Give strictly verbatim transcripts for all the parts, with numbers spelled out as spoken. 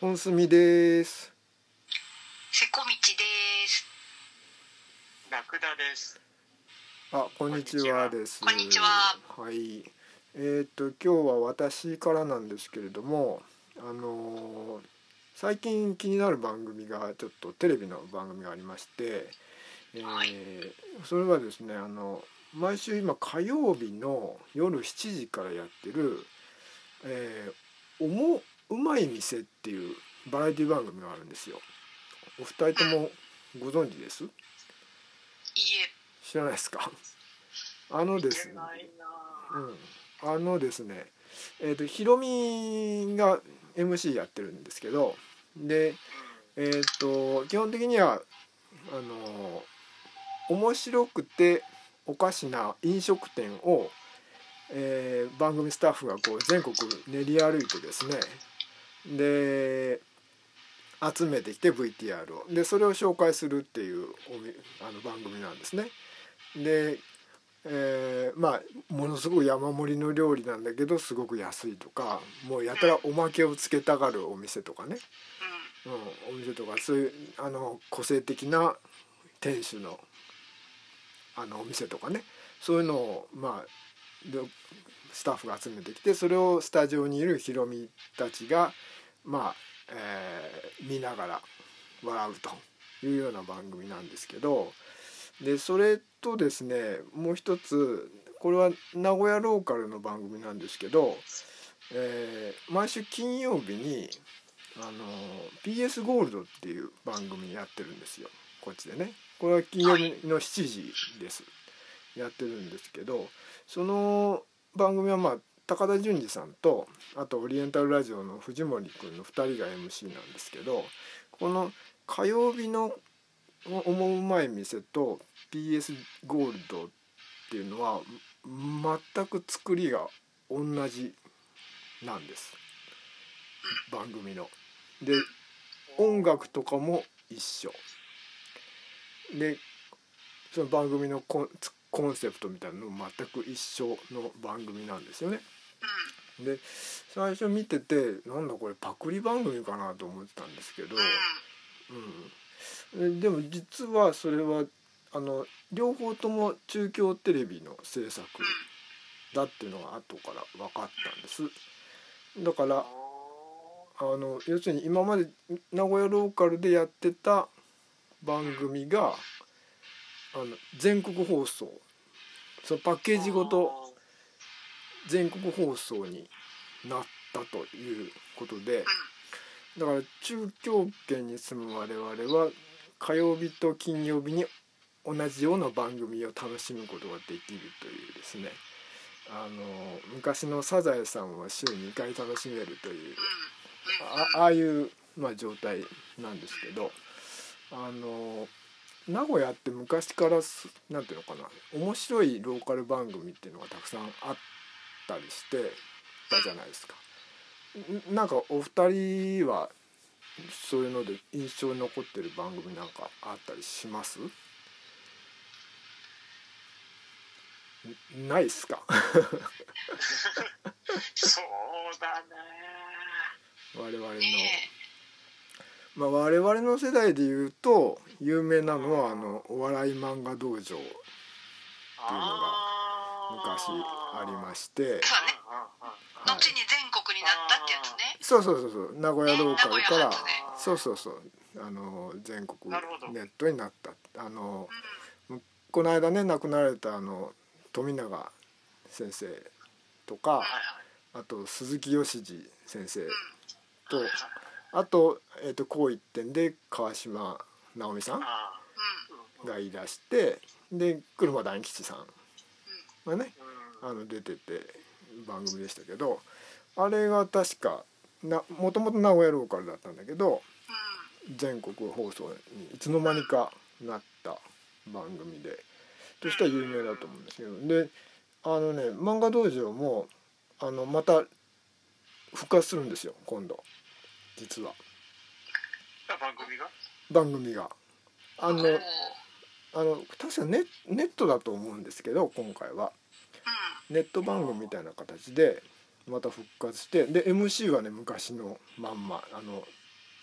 本住です。 せこみちです。 ラクダです。 あ、こんにちはです。 こんにちは。 はい。えっと今日は私からなんですけれども、あのー最近気になる番組がちょっとテレビの番組がありまして、えーはい。 それはですね、あの毎週今火曜日の夜しちじからやってる、えーおもうまい店っていうバラエティ番組があるんですよ。お二人ともご存知です？ いいえ。 知らないですか？あのですね、 ないうん、あのですね、えーとひろみが エムシー やってるんですけど、で、えーと基本的にはあの面白くておかしな飲食店を、えー番組スタッフがこう全国練り歩いてですね、で集めてきて ブイティーアール をでそれを紹介するっていうおみあの番組なんですね。で、えーまあものすごく山盛りの料理なんだけどすごく安いとか、もうやたらおまけをつけたがるお店とかね、うん、お店とかそういうあの個性的な店主のあのお店とかね、そういうのをまあでスタッフが集めてきて、それをスタジオにいるヒロミたちがまあ、えー見ながら笑うというような番組なんですけど、でそれとですね、もう一つこれは名古屋ローカルの番組なんですけど、えー毎週金曜日にあの ピーエス ゴールドっていう番組やってるんですよ、こっちでね。これは金曜日のしちじです、やってるんですけど、その番組はまあ高田純次さんとあとオリエンタルラジオの藤森くんのふたりが エムシー なんですけど、この火曜日のオモウマい店と ピーエス ゴールドっていうのは全く作りが同じなんです、番組の。で音楽とかも一緒で、その番組のコン、コンセプトみたいなのも全く一緒の番組なんですよね。で最初見ててなんだこれパクリ番組かなと思ってたんですけど、うん、でも実はそれはあの両方とも中京テレビの制作だっていうのが後から分かったんです。だからあの要するに今まで名古屋ローカルでやってた番組があの全国放送、そのパッケージごと全国放送になったということで、だから中京圏に住む我々は火曜日と金曜日に同じような番組を楽しむことができるというですね、あの昔のサザエさんは週にかい楽しめるという あ, ああいう、まあ、状態なんですけど、あの名古屋って昔からなんていうのかな、面白いローカル番組っていうのがたくさんあったりしてたじゃないですか。なんかお二人はそういうので印象に残ってる番組なんかあったりします？ないっすか？ そうだね。 我々の、まあ、我々の世代でいうと有名なのはあのお笑い漫画道場っていうのが昔ありまして、 そうね。後に全国になったってやつね。 そうそうそうそう、名古屋ローカルから、 ね、 そうそうそう、あの全国ネットになった。あの、うん、この間ね亡くなられたあの富永先生とか、あと鈴木義次先生と、あと、えーと、こう一点で川島直美さんがいらして、で車田吉さんがねあの出てて番組でしたけど、あれが確かなもともと名古屋ローカルだったんだけど全国放送にいつの間にかなった番組でとしては有名だと思うんですけど、であのね漫画道場もあのまた復活するんですよ今度、実は。 番組が番組があのあの確かネネットだと思うんですけど、今回はネット番組みたいな形でまた復活して、で エムシー はね昔のまんま、あの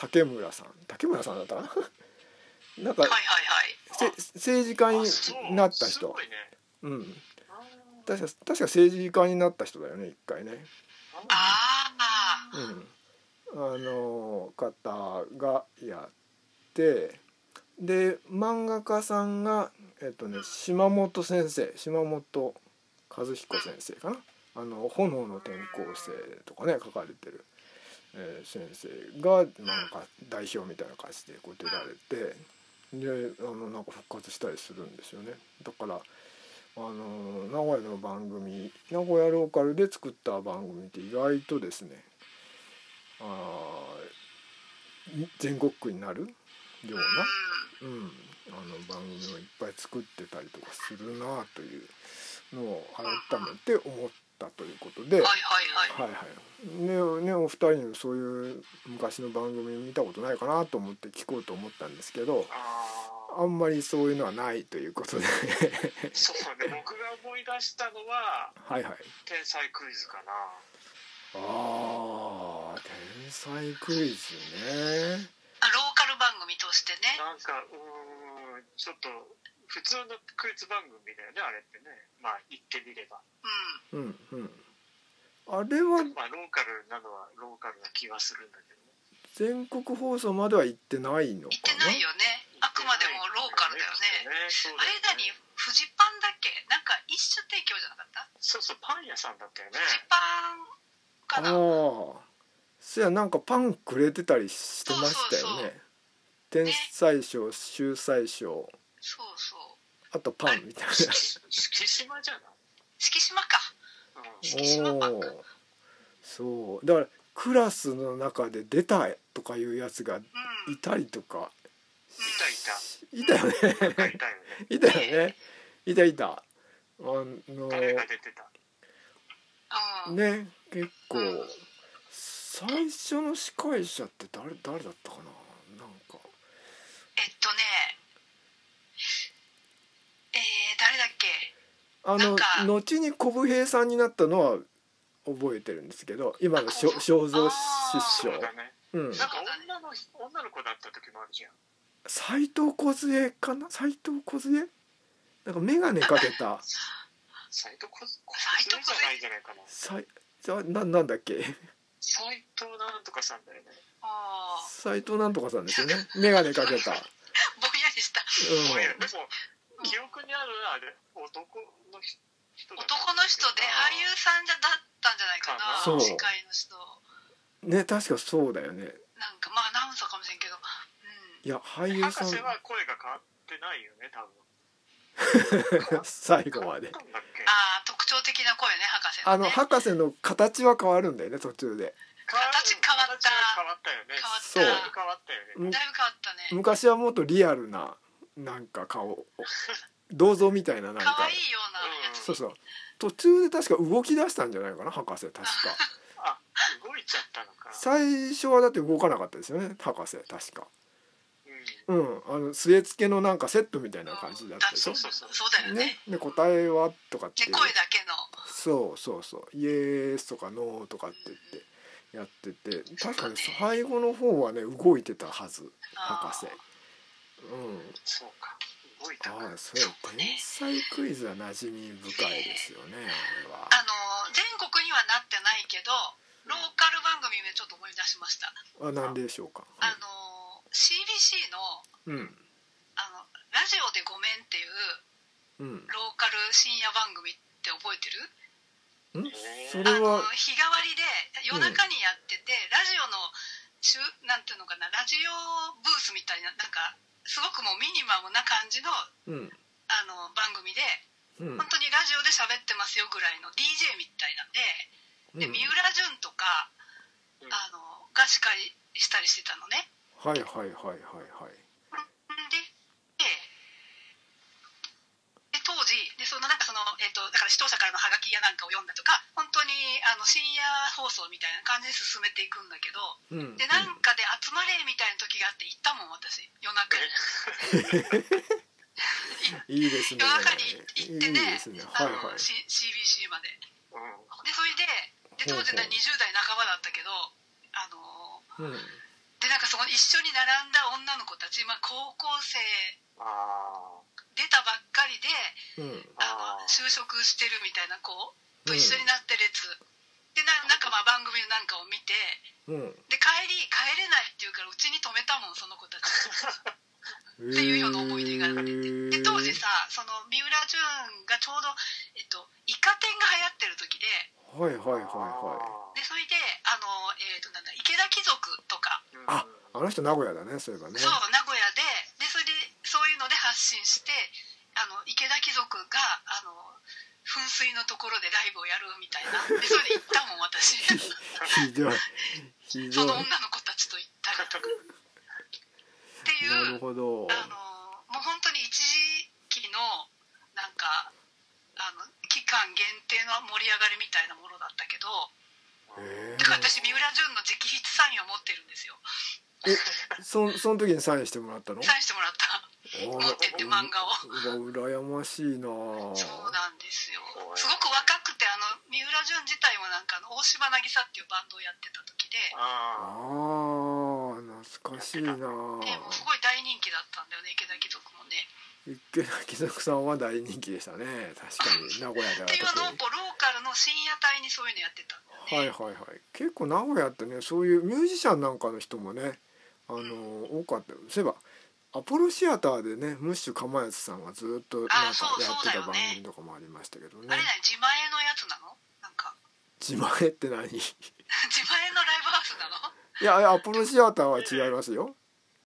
竹村さん竹村さんだったかななんかはいはいはい。 せ政治家あにそうなった人すごいね。 うんあ確か確か政治家になった人だよね一回ねああ、 うんあの方がやってで漫画家さんがえっとね島本先生島本和彦先生かなあの炎の転校生とかね書かれてる、えー先生がなんか代表みたいな感じでこう出られてであのなんか復活したりするんですよねだからあの名古屋の番組名古屋ローカルで作った番組って意外とですねあ全国区になるような、うん、あの番組をいっぱい作ってたりとかするなというのを改めて思ったということで、 はいはいはい。 はいはいねねお二人にそういう昔の番組見たことないかなと思って聞こうと思ったんですけどああんまりそういうのはないということでそうね僕が思い出したのははいはい天才クイズかな。 あー天才クイズねあ、ローカル番組としてね。 なんかうーんちょっと普通のクイズ番組だよねあれってねまあ言ってみればうん。 うんうんあれはまあローカルなのはローカルな気はするんだけどね。 全国放送までは行ってないのか行ってなないよね。あくまでもローカルだよね。 そうあれだよね何フジパンだっけなんか一種提供じゃなかったそうそうパン屋さんだったよね。 フジパンかな。 ああそやなんかパンくれてたりしてましたよね天才賞秀才賞そうそう。 あとパンみたいな敷島じゃない。 敷島か。 うん敷島パンか。 おーそうだからクラスの中で出たとかいうやつがうん。 いたりとかいたいたいたよねいたよね。 いたよねいたいたあの誰が出てた。 うん。 ね結構うん最初の司会者って誰誰だったかななんかえっとね、えー、誰だっけあのなんか後に小武平さんになったのは覚えてるんですけど今のしょ正蔵師匠そうだね。 うんなんか女の女の子だった時もあるじゃん。 斎藤梢かな斎藤梢なんか眼鏡かけた斎藤こ斎藤じゃないんじゃないかな。 さいじゃななんだっけ斎藤なんとかさんだよね。 ああ、 斎藤なんとかさんですよね眼鏡かけた、 ぼんやりした。 もういやうでも記憶にあるあれ男の人だった男の人で俳優さんじゃだったんじゃないかな。 そう司会の人。 ん、ね確かそうだよねなんかまあアナウンサーかもしれんけど。うん。 いや俳優さん博士は声が変わってないよね多分。 最後まで変わったんだっけ。 ああ、特徴的な声ね、博士あののね。 博士の形は変わるんだよね途中で形変わった形は変わったよね。 変わったそうだいぶ変わったよね。 だいぶ変わったね。 昔はもっとリアルななんか顔銅像みたいななんか可愛いようなやつ。 そうそう途中で確か動き出したんじゃないかな博士確かあ動いちゃったのか。 最初はだって動かなかったですよね博士確かうん。 うんあの据え付けのなんかセットみたいな感じだったでしょそうそうそう。 そうだよね。 ねで答えはとかってで、声だけの。 そうそうそうイエースとかノーとかって言ってやってて確かに最後の方はね動いてたはず博士うんそうか。動いたか。 ああそれ天才クイズは馴染み深いですよねあれはあの全国にはなってないけど、ローカル番組でちょっと思い出しました。 あなんでしょうか、 あの シービーシー のうんあのラジオでごめんっていううんローカル深夜番組って覚えてる？ んそあれはの日替わりで夜中にやってて、ラジオの中なんていうのかなラジオブースみたいななんかすごくもうミニマムな感じのうんあの番組で、 うん本当にラジオで喋ってますよぐらいの ディージェー みたいなんで、でうん三浦淳とかうんあのが司会したりしてたのね。 はいはいはいはいはいででで当時でそのなんかその、えー、とだから視聴者からのハガキやなんかを読んだとか本当にあの深夜放送みたいな感じで進めていくんだけど、 うんでなんかで集まれみたいな時があって行ったもん私夜中にいいですね夜中に行ってねいいですねはあの、 いはい C、シービーシー までうんでそれでで当時ねほうほうにじゅう代半ばだったけどあのうんでなんかそこに一緒に並んだ女の子たち、まあ、高校生あ出たばっかりで、 うんあのあー就職してるみたいな子と一緒になってるやつ、でななんかまあ番組なんかを見て、 うんで帰り帰れないっていうからうちに泊めたもんその子たちっていうような思い出があって、で当時さその三浦淳がちょうど、えっと、イカ天が流行ってる時で、 はいはいはいはでそれであの、えー、となんだ池田貴族とか、 あい。あの人名古屋だね、そういえばね。 そう名古屋で、でそれでそういうので発信して、あの池田貴族があの噴水のところでライブをやるみたいな、でそれで行ったもん私ひどいひどい。 その女の子たちと行ったりとかっていう、 なるほど。 あのもう本当に一時期のなんかあの期間限定の盛り上がりみたいなものだったけど、 へだから私三浦淳の直筆サインを持ってるんですよ。 えそその時にサインしてもらったの？ サインしてもらった持ってって漫画を。 うら羨ましいな。 そうなんですよ。すごく若くて、あの三浦淳自体もなんかあの大島渚っていうバンドをやってた時で、 あああ懐かしいな。 でもうすごい大人気だったんだよね池田貴族もね。 池田貴族さんは大人気でしたね、確かに名古屋であった時。 っていうのをこうローカルの深夜帯にそういうのやってたんだよね。 はいはいはい。結構名古屋ってね、そういうミュージシャンなんかの人もね、あの多かったよ。そういえばアポロシアターでね、ムッシュかまやつさんがずっとなんかやってた番組とかもありましたけどね。 あれ何自前のやつなの？なんか自前って何？い自前のライブハウスなの？ やアポロシアターは違いますよ。